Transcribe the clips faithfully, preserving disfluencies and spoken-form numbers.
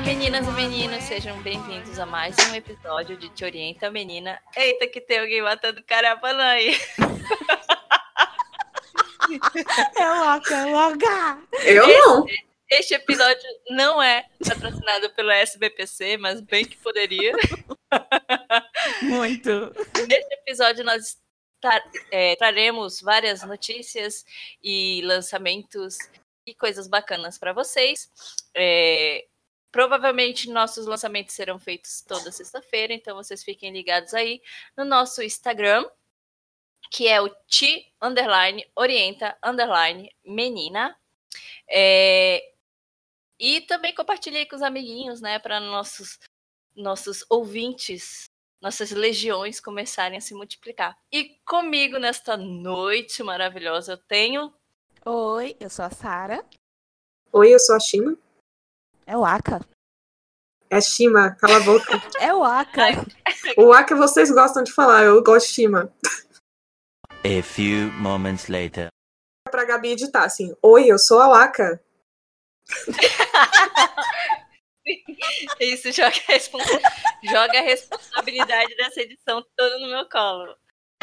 Meninas e meninos, sejam bem-vindos a mais um episódio de Te Orienta, Menina. Eita, que tem alguém matando caravana aí. É louca, é louca. Eu não. Este, este episódio não é patrocinado pelo S B P C, mas bem que poderia. Muito. Neste episódio nós tra- é, traremos várias notícias e lançamentos e coisas bacanas para vocês. É, provavelmente nossos lançamentos serão feitos toda sexta-feira, então vocês fiquem ligados aí no nosso Instagram, que é o Te underline Orienta underline Menina. É, e também compartilhei com os amiguinhos, né, para nossos nossos ouvintes, nossas legiões começarem a se multiplicar. E comigo nesta noite maravilhosa eu tenho... Oi, eu sou a Sara. Oi, eu sou a Shima. É o Aka. É Shima, cala a boca. É o Aka. O Aka vocês gostam de falar, eu gosto de Shima. A few moments later. Pra Gabi editar, assim. Oi, eu sou a Aka. Isso, joga a, responsa- joga a responsabilidade dessa edição toda no meu colo.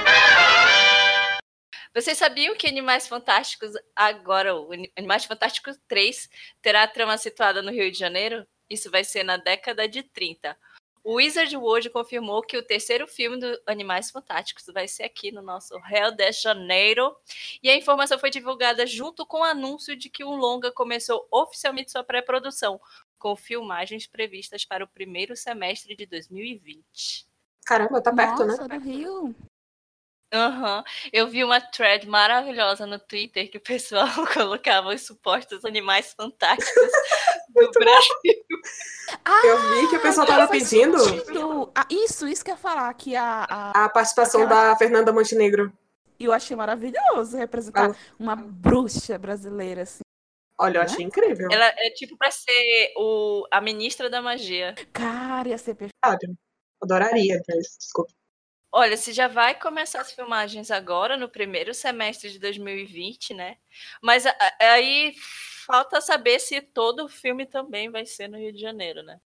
Vocês sabiam que Animais Fantásticos, agora o Animais Fantásticos três, terá a trama situada no Rio de Janeiro? Isso vai ser na década de trinta. O Wizard World confirmou que o terceiro filme do Animais Fantásticos vai ser aqui no nosso Rio de Janeiro. E a informação foi divulgada junto com o anúncio de que o longa começou oficialmente sua pré-produção, com filmagens previstas para o primeiro semestre de dois mil e vinte. Caramba, tá perto, Nossa, né? do Rio. Aham. Uhum. Eu vi uma thread maravilhosa no Twitter que o pessoal colocava os supostos animais fantásticos do Brasil. Ah, Eu vi que o pessoal tava faz pedindo sentido. Ah, isso, isso que eu ia falar, que a... a... a participação Aquela- da Fernanda Montenegro. E eu achei maravilhoso representar Ah. uma bruxa brasileira, assim. Olha, eu achei incrível. Ela é tipo pra ser o, a ministra da magia. Cara, ia ser perfeito. Sabe? Adoraria, mas desculpa. Olha, se já vai começar as filmagens agora, no primeiro semestre de dois mil e vinte, né? Mas a- a- aí falta saber se todo o filme também vai ser no Rio de Janeiro, né?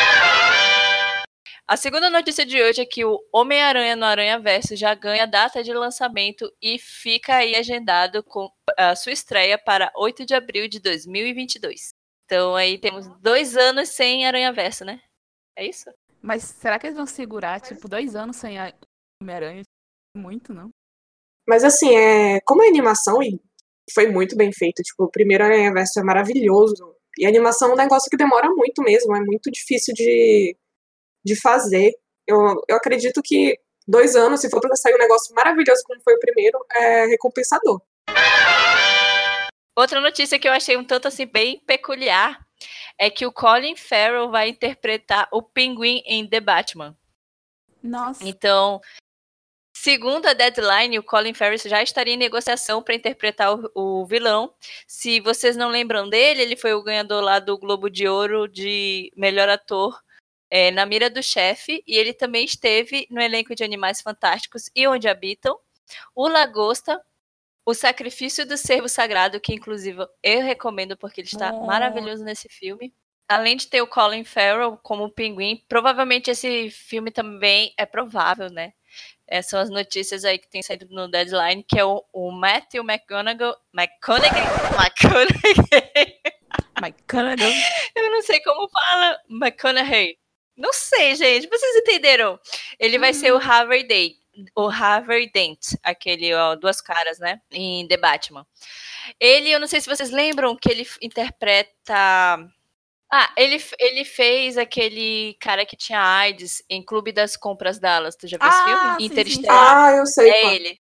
A segunda notícia de hoje é que o Homem-Aranha no Aranhaverso já ganha data de lançamento e fica aí agendado com a sua estreia para oito de abril de dois mil e vinte e dois. Então aí temos dois anos sem Aranhaverso, né? É isso? Mas será que eles vão segurar, tipo, dois anos sem a Homem-Aranha? Muito, não? Mas assim, é... como é animação, e foi muito bem feito. Tipo, o primeiro Aranhaverso é maravilhoso. E a animação é um negócio que demora muito mesmo. É muito difícil de, de fazer. Eu, eu acredito que dois anos, se for pra sair um negócio maravilhoso como foi o primeiro, é recompensador. Outra notícia que eu achei um tanto assim bem peculiar é que o Colin Farrell vai interpretar o Pinguim em The Batman. Nossa. Então, segundo a Deadline, o Colin Farrell já estaria em negociação para interpretar o, o vilão. Se vocês não lembram dele, ele foi o ganhador lá do Globo de Ouro de melhor ator é, Na Mira do Chefe, e ele também esteve no elenco de Animais Fantásticos e Onde Habitam, O Lagosta, O Sacrifício do Cervo Sagrado, que inclusive eu recomendo porque ele está Oh. maravilhoso nesse filme. Além de ter o Colin Farrell como Pinguim, provavelmente esse filme também é provável, né? Essas são as notícias aí que tem saído no Deadline, que é o, o Matthew McConaughey, McConaughey, McConaughey, McConaughey. eu não sei como fala, McConaughey. Não sei, gente, vocês entenderam? Ele vai Uhum. ser o Harvey Dent, o Harvey Dent, aquele, ó, duas caras, né, em The Batman. Ele, eu não sei se vocês lembram que ele interpreta... Ah, ele, ele fez aquele cara que tinha AIDS em Clube das Compras Dallas. Tu já viu esse Ah, filme? sim, sim, Interestelar. Ah, eu sei. É qual. ele.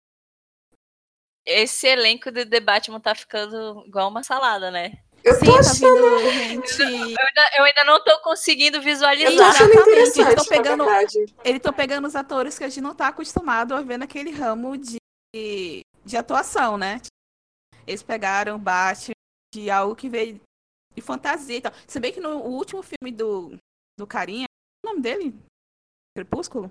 Esse elenco do The Batman tá ficando igual uma salada, né? Eu Sim, tô tá achando, vindo gente... Eu ainda, eu ainda não tô conseguindo eu visualizar. tô achando Exatamente, interessante, eles tão na pegando- verdade. Eles estão pegando os atores que a gente não tá acostumado a ver naquele ramo de, de atuação, né? Eles pegaram Batman de algo que veio de fantasia e tal. Se bem que no último filme do, do carinha, qual é o nome dele? Crepúsculo?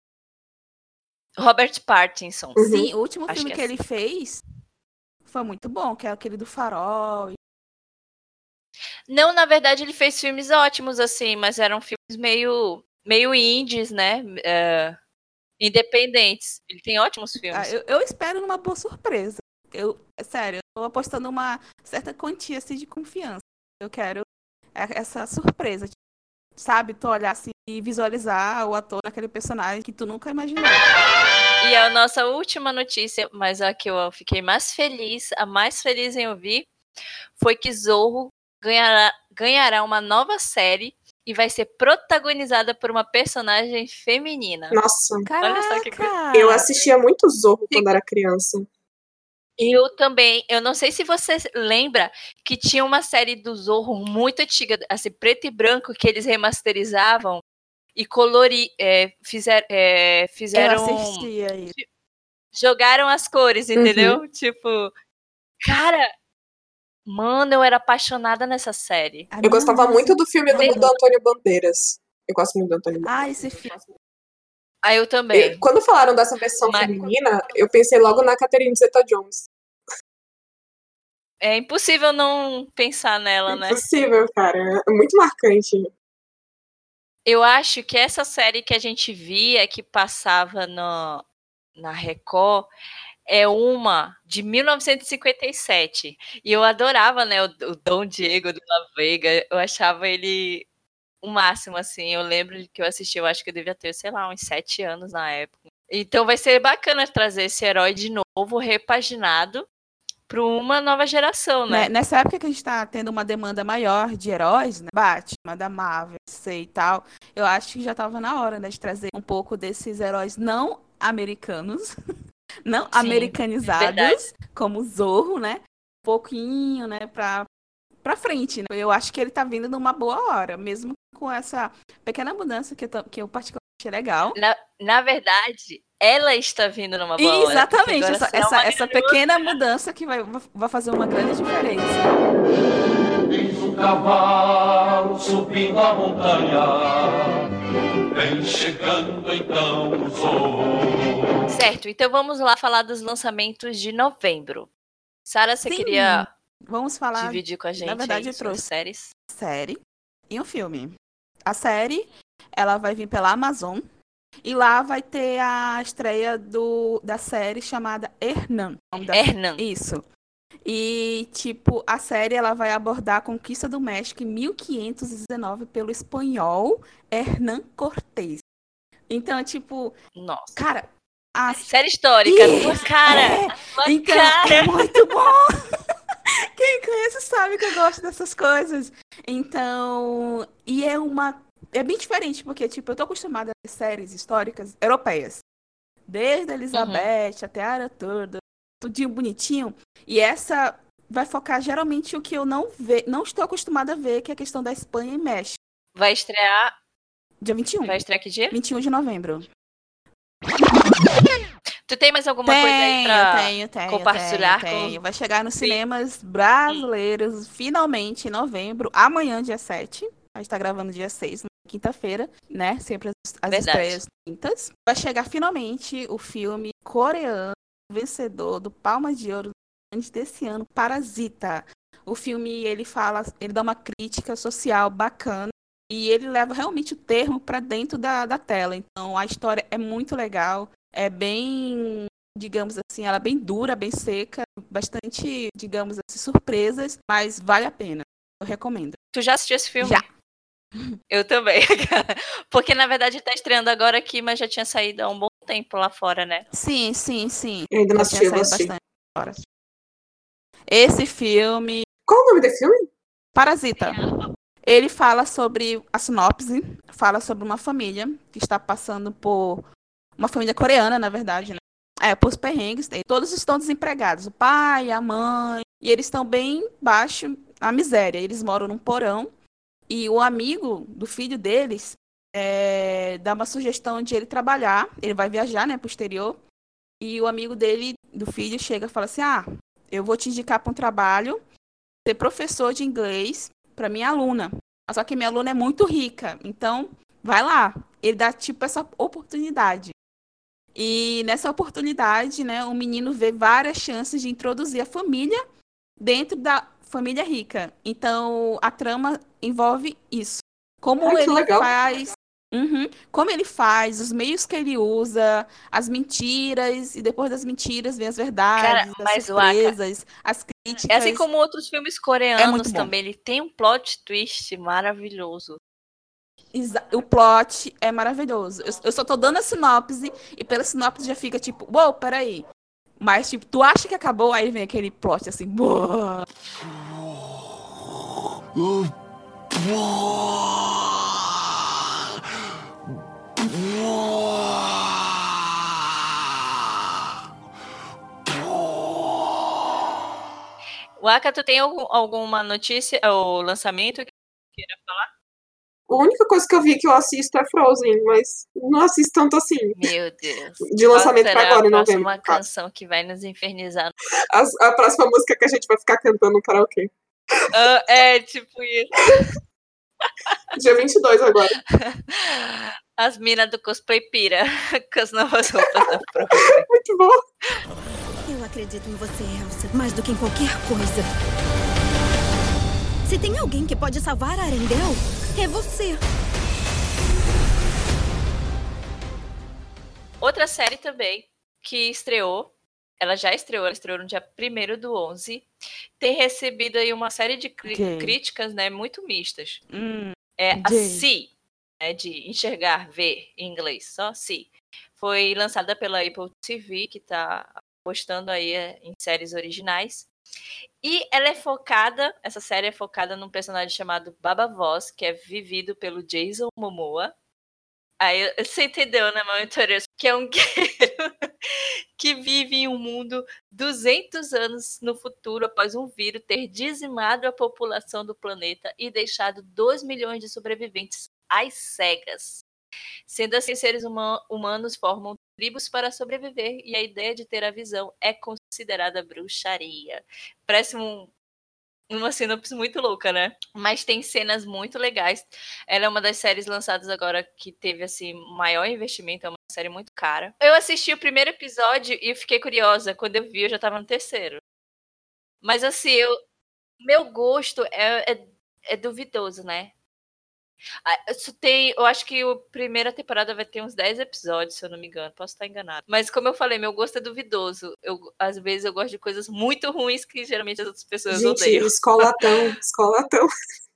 Robert Pattinson. Uhum. Sim, o último Acho filme que que, é ele fez foi muito bom, que é aquele do Farol. Não, na verdade, ele fez filmes ótimos, assim, mas eram filmes meio, meio indies, né? É, independentes. Ele tem ótimos Ah, filmes. eu, eu espero numa boa surpresa. Eu, sério, eu tô apostando uma certa quantia assim, de confiança. Eu quero é- essa surpresa, sabe? Tu olhar assim e visualizar o ator naquele personagem que tu nunca imaginou. E a nossa última notícia, mas a que eu fiquei mais feliz, a mais feliz em ouvir, foi que Zorro ganhará, ganhará uma nova série e vai ser protagonizada por uma personagem feminina. Nossa, Olha só que coisa. Caraca! eu assistia muito Zorro quando era criança. Eu também, eu não sei se você lembra que tinha uma série do Zorro muito antiga, assim, preto e branco, que eles remasterizavam e colori, é, fizer, é, Eu fizeram, assistia isso. jogaram as cores, entendeu? Tipo, cara, mano, eu era apaixonada nessa série. Ah, Eu não, gostava mas- muito do filme do, Bem- do Antônio Bandeiras. Eu gosto muito do Antônio Bandeiras. Ah, esse filme. Ah, eu Eu- também. quando falaram dessa versão Mas- feminina, eu pensei logo na Catherine Zeta-Jones. É impossível não pensar nela, né? Impossível, cara. É muito marcante. Eu acho que essa série que a gente via, que passava no, na Record, é uma de mil novecentos e cinquenta e sete. E eu adorava, né, o, o Dom Diego de La Vega. Eu achava ele o máximo, assim. Eu lembro que eu assisti, eu acho que eu devia ter, sei lá, uns sete anos na época. Então vai ser bacana trazer esse herói de novo, repaginado, para uma nova geração, né? Né, Nessa época que a gente tá tendo uma demanda maior de heróis, né? Batman, da Marvel, sei e tal, eu acho que já tava na hora, né, de trazer um pouco desses heróis não americanos, não Sim, americanizados, verdade. como o Zorro, né? Um pouquinho, né, pra, pra frente, né? Eu acho que ele tá vindo numa boa hora, mesmo com essa pequena mudança que eu, tô- que eu particularmente achei legal. Na, na verdade, ela está vindo numa boa hora. porque Exatamente, agora essa, será essa, uma essa pequena mudança que vai, vai fazer uma grande diferença. Eis um cavalo subindo a montanha, vem chegando então o Zorro. Certo, então vamos lá falar dos lançamentos de novembro. Sara, você Sim. queria Vamos falar dividir com a gente verdade, aí eu suas trouxe. séries? série e um filme. A série, ela vai vir pela Amazon e lá vai ter a estreia do, da série chamada Hernan. O nome da- Hernan. Isso. E, tipo, a série ela vai abordar a conquista do México em mil quinhentos e dezenove pelo espanhol Hernán Cortés. Então, tipo, Nossa. cara, a Série histórica, Isso, tua cara. é. Tua Então, cara. é muito bom. Quem conhece sabe que eu gosto dessas coisas. Então, e é uma. É bem diferente, porque, tipo, eu tô acostumada a ver séries históricas europeias. Desde a Elizabeth Uhum. até a Arthur, tudinho bonitinho. E essa vai focar geralmente o que eu não ve, não estou acostumada a ver, que é a questão da Espanha e México. Vai estrear. Dia vinte e um. Vai estrear que dia? vinte e um de novembro. Tu tem mais alguma coisa aí pra tenho, tenho, compartilhar tenho, tenho. com. Vai chegar nos Sim. cinemas brasileiros, finalmente, em novembro, amanhã, dia sete. A gente tá gravando dia seis, quinta-feira, né? Sempre as, as Verdade. estreias quintas. Vai chegar finalmente o filme coreano, vencedor do Palma de Ouro desse ano, Parasita. O filme, ele fala, ele dá uma crítica social bacana e ele leva realmente o termo para dentro da, da tela. Então, a história é muito legal. É bem, digamos assim, ela é bem dura, bem seca, bastante, digamos assim, surpresas, mas vale a pena. Eu recomendo. Tu já assistiu esse filme? Já. Eu também. Porque na verdade tá estreando agora aqui, mas já tinha saído há um bom tempo lá fora, né? Sim, sim, sim. Eu ainda não Já assisti, tinha eu vou saído assistir. bastante fora. Esse filme, Qual o nome do filme? Parasita, ele fala sobre a sinopse, fala sobre uma família que está passando por uma família coreana, na verdade, né? É, por os perrengues, e todos estão desempregados, o pai, a mãe, e eles estão bem baixo, a miséria. Eles moram num porão e o amigo do filho deles é, dá uma sugestão de ele trabalhar. Ele vai viajar, né, pro exterior. E o amigo dele, do filho, chega e fala assim: ah, eu vou te indicar para um trabalho, ser professor de inglês para minha aluna. Só que minha aluna é muito rica, então vai lá. Ele dá, tipo, essa oportunidade. E nessa oportunidade, né, o menino vê várias chances de introduzir a família dentro da família rica. Então, a trama envolve isso. Como Ai, que ele legal. faz... Uhum. Como ele faz, os meios que ele usa, as mentiras, e depois das mentiras vem as verdades, Cara, as mas o Aka, surpresas, as é assim críticas. como outros filmes É coreanos muito bom. também, ele tem um plot twist maravilhoso. Exa- O plot é maravilhoso. Eu, eu só tô dando a sinopse, e pela sinopse já fica tipo, uou, peraí. Mas, tipo, tu acha que acabou, aí vem aquele plot assim, "Boa". O Aka, tu tem algum- alguma notícia ou lançamento que queira falar? A única coisa que eu vi que eu assisto é Frozen, mas não assisto tanto assim. Meu Deus. De lançamento Qual pra será agora, a em novembro. próxima no caso. canção que vai nos infernizar? As- a próxima música que a gente vai ficar cantando no karaokê. Ah, é, tipo isso. Dia vinte e dois agora. As minas do cosplay pira com as novas roupas da Frozen. Muito bom. Eu acredito em você, Elsa, mais do que em qualquer coisa. Se tem alguém que pode salvar a Arendelle, é você. Outra série também que estreou, ela já estreou, ela estreou no dia primeiro do onze, tem recebido aí uma série de cri- Jay. críticas, né, muito mistas. Hum, É a Jay. See, né, de enxergar, ver em inglês, só See. Foi lançada pela Apple T V, que está apostando aí é, em séries originais. E ela é focada, essa série é focada num personagem chamado Baba Voss, que é vivido pelo Jason Momoa. Aí você entendeu, né, meu interesse? Que é um guerreiro que vive em um mundo duzentos anos no futuro após um vírus ter dizimado a população do planeta e deixado dois milhões de sobreviventes às cegas. Sendo assim, seres huma- humanos formam tribos para sobreviver e a ideia de ter a visão é considerada bruxaria. Parece um, uma sinopse muito louca, né? Mas tem cenas muito legais. Ela é uma das séries lançadas agora que teve assim maior investimento, é uma série muito cara. Eu assisti o primeiro episódio e fiquei curiosa. Quando eu vi, eu já tava no terceiro. Mas assim, eu, meu gosto é, é, é duvidoso, né? Ah, isso tem, eu acho que a primeira temporada vai ter uns dez episódios, se eu não me engano. Posso estar enganado. Mas como eu falei, meu gosto é duvidoso. Eu, às vezes eu gosto de coisas muito ruins que geralmente as outras pessoas Gente, odeiam. escolatão, escolatão.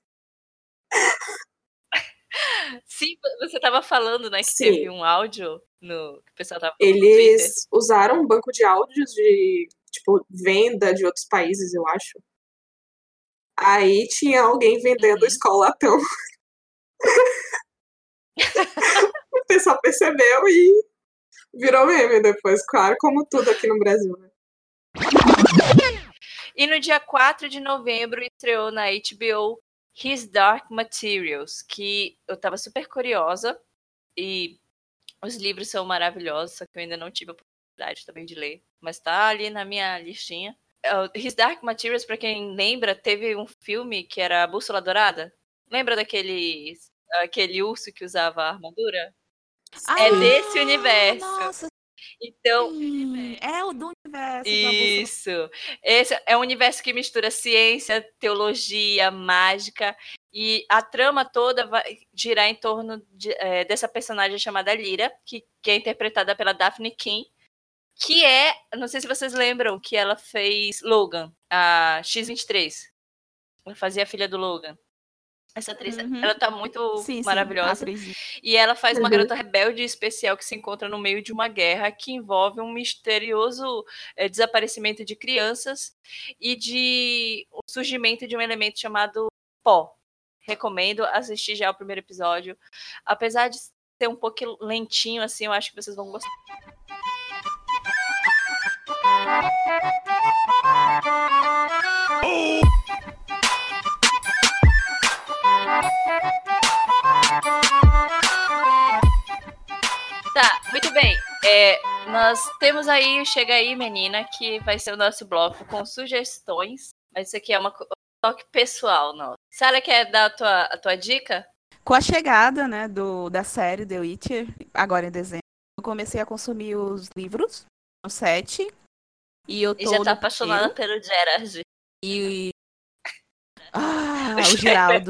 Sim, você estava falando, né, que Sim. teve um áudio no que o pessoal tava falando no Twitter. Eles usaram um banco de áudios de, tipo, venda de outros países, eu acho. Aí tinha alguém vendendo Uhum. escolatão. O pessoal percebeu e virou meme depois, claro, como tudo aqui no Brasil, né? E no dia quatro de novembro estreou na H B O His Dark Materials, que eu tava super curiosa e os livros são maravilhosos, só que eu ainda não tive a oportunidade também de ler, mas tá ali na minha listinha. Uh, His Dark Materials, pra quem lembra, teve um filme que era a Bússola Dourada. Lembra daquele aquele urso que usava a armadura? É desse universo. Nossa, Então, sim. É o do universo. da Bússola. isso. Esse é um universo que mistura ciência, teologia, mágica, e a trama toda vai girar em torno de, é, dessa personagem chamada Lyra, que, que é interpretada pela Daphne King, que é, não sei se vocês lembram, que ela fez Logan, a X vinte e três. Ela fazia a filha do Logan. Essa atriz, Uhum. ela tá muito Sim, sim, maravilhosa. atriz. E ela faz uma Uhum. garota rebelde especial que se encontra no meio de uma guerra que envolve um misterioso é, desaparecimento de crianças e de o surgimento de um elemento chamado pó. Recomendo assistir já o primeiro episódio. Apesar de ser um pouco lentinho, assim, eu acho que vocês vão gostar. Tá, muito bem. É, nós temos aí, chega aí, menina, que vai ser o nosso bloco com sugestões. Mas isso aqui é uma, um toque pessoal, não. Sara, quer dar a tua, a tua dica? Com a chegada, né, do, da série The Witcher, agora em dezembro, eu comecei a consumir os livros, os sete. E eu tô E já tá no apaixonada primeiro, pelo Gerard. E Ah, o Geraldo.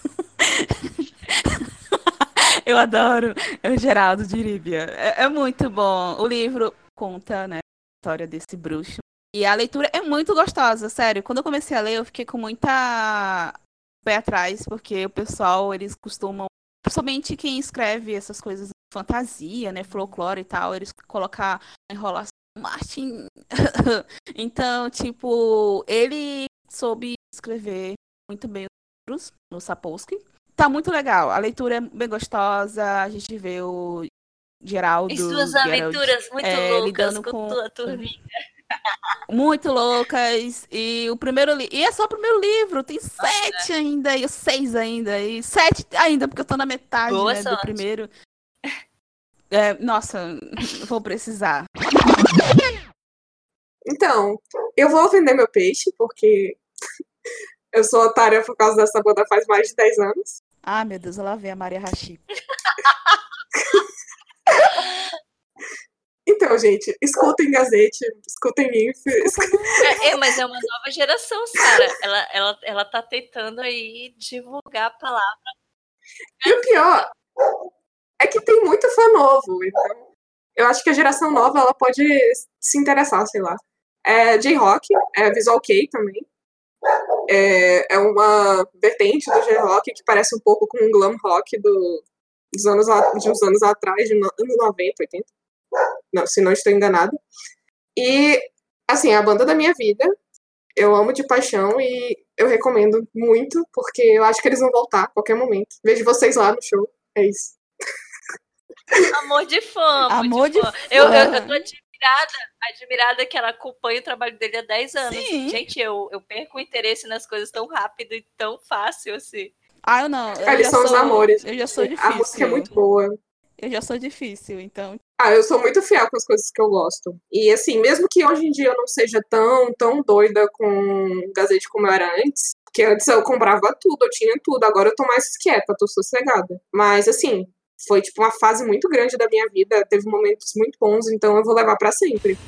Eu adoro o Geraldo de Rivia. É, é muito bom. O livro conta, né, a história desse bruxo. E a leitura é muito gostosa, sério. Quando eu comecei a ler, eu fiquei com muita pé atrás, porque o pessoal, eles costumam, principalmente quem escreve essas coisas de fantasia, né, folclore e tal, eles colocam enrolação Martin. Então, tipo, ele soube escrever muito bem os livros no Sapolsky. Tá muito legal. A leitura é bem gostosa. A gente vê o Geraldo. E suas Geralt, aventuras muito é, loucas lidando com, com tua turminha. Muito loucas. E o primeiro li... E é só o primeiro livro. Tem sete ainda. E seis ainda. E sete ainda, porque eu tô na metade, Boa né, do sorte. primeiro. É, nossa, vou precisar. Então, eu vou vender meu peixe, porque eu sou otária por causa dessa banda faz mais de dez anos. Ah, meu Deus, ela vê a Maria Rachi. Então, gente, escutem Gazete, escutem Inf. É, é, mas é uma nova geração, Sara. Ela, ela, ela tá tentando aí divulgar a palavra. E o pior é que tem muito fã novo, então eu acho que a geração nova ela pode se interessar, sei lá. É J-Rock, é Visual Kei também. É, é uma vertente do J-Rock que parece um pouco com o glam rock do, dos anos, de uns anos atrás, de no, anos noventa, oitenta. Não, se não estou enganada. E, assim, é a banda da minha vida. Eu amo de paixão e eu recomendo muito, porque eu acho que eles vão voltar a qualquer momento. Vejo vocês lá no show. É isso. Amor de fã. Amor de fã. fã. Eu, eu, eu tô admirada, admirada que ela acompanha o trabalho dele há dez anos. Sim. Gente, eu, eu perco o interesse nas coisas tão rápido e tão fácil assim. Ah, eu não. Eu Eles já são os sou, amores. Eu já sou difícil. A música é muito boa. Eu já sou difícil, então. Ah, eu sou muito fiel com as coisas que eu gosto. E, assim, mesmo que hoje em dia eu não seja tão, tão doida com Gazete como eu era antes, porque antes eu comprava tudo, eu tinha tudo, agora eu tô mais quieta, tô sossegada. Mas, assim, foi, tipo, uma fase muito grande da minha vida, teve momentos muito bons, então eu vou levar pra sempre.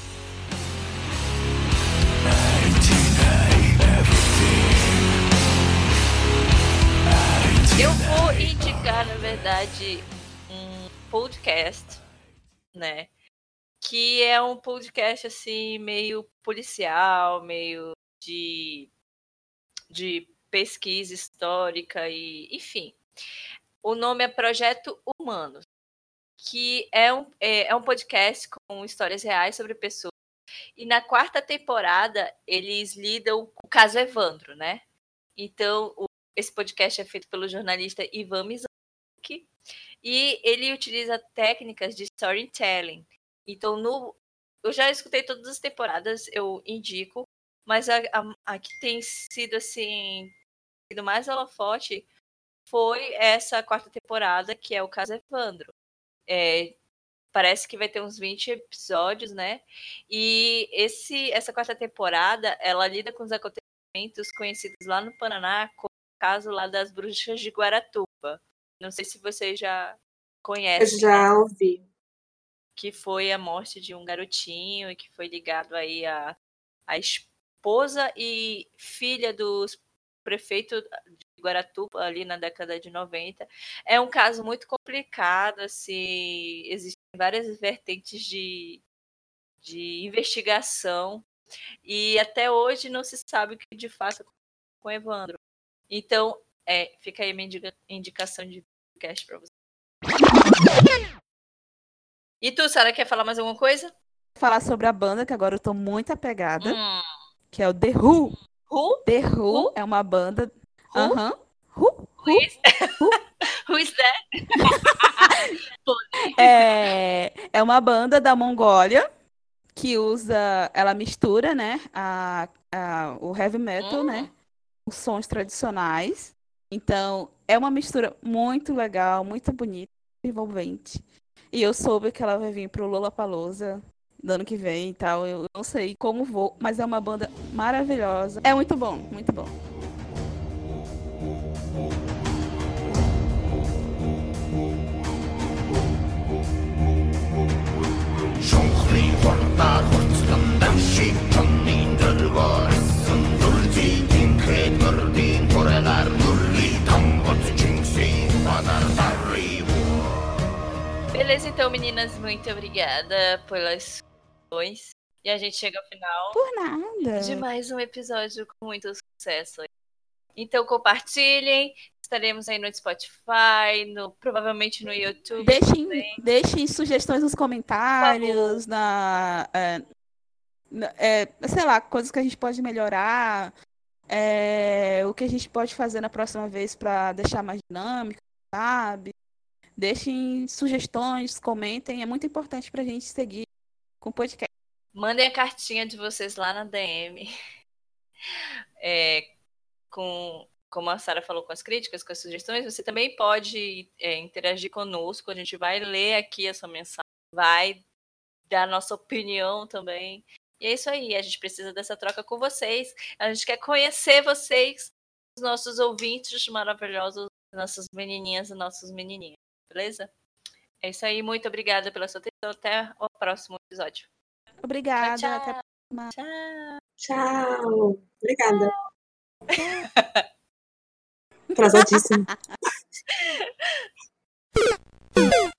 Eu vou indicar, na verdade, um podcast, né? Que é um podcast, assim, meio policial, meio de, de pesquisa histórica e, enfim. O nome é Projeto Humanos, que é um, é, é um podcast com histórias reais sobre pessoas. E na quarta temporada, eles lidam com o caso Evandro, né? Então, o, esse podcast é feito pelo jornalista Ivan Mizanzuki e ele utiliza técnicas de storytelling. Então, no, eu já escutei todas as temporadas, eu indico, mas a, a, a que tem sido, assim, sido mais holofote foi essa quarta temporada, que é o caso Evandro. É, parece que vai ter uns vinte episódios, né? E esse, essa quarta temporada, ela lida com os acontecimentos conhecidos lá no Paraná, como o caso lá das bruxas de Guaratuba. Não sei se vocês já conhecem. Eu já né? ouvi. Que foi a morte de um garotinho e que foi ligado aí a, a esposa e filha do prefeito de Guaratuba, ali na década de noventa. É um caso muito complicado, assim, existem várias vertentes de, de investigação e até hoje não se sabe o que de fato aconteceu com o Evandro. Então, é, fica aí a minha indica, indicação de podcast para você. E tu, Sara, quer falar mais alguma coisa? Falar sobre a banda, que agora eu tô muito apegada, Hum. que é o The Who. Who? The Who, Who? é uma banda... Who? Aham. Uh-huh. Who? Who is, Who is that? É, é uma banda da Mongólia que usa... Ela mistura, né, a, a, o heavy metal, Hum. né, os sons tradicionais. Então, é uma mistura muito legal, muito bonita, envolvente. E eu soube que ela vai vir pro Lollapalooza no ano que vem e tal. Eu não sei como vou, mas é uma banda maravilhosa. É muito bom, muito bom. Schon então, meninas, muito obrigada pelas sugestões. E a gente chega ao final Por nada. de mais um episódio com muito sucesso. Então compartilhem, estaremos aí no Spotify, no, provavelmente no YouTube. Deixem, também. deixem sugestões nos comentários, na, é, na- é, sei lá, coisas que a gente pode melhorar, é, o que a gente pode fazer na próxima vez para deixar mais dinâmico, sabe? Deixem sugestões, comentem, é muito importante pra gente seguir com o podcast. Mandem a cartinha de vocês lá na D M. É, com, como a Sara falou, com as críticas, com as sugestões, você também pode é, interagir conosco. A gente vai ler aqui a sua mensagem, vai dar a nossa opinião também. E é isso aí, a gente precisa dessa troca com vocês. A gente quer conhecer vocês, os nossos ouvintes maravilhosos, nossas menininhas e nossos menininhos, beleza? É isso aí, muito obrigada pela sua atenção. Até o próximo episódio. Obrigada, Tchau, até a tchau. próxima. Tchau. Obrigada. Atrasadíssimo.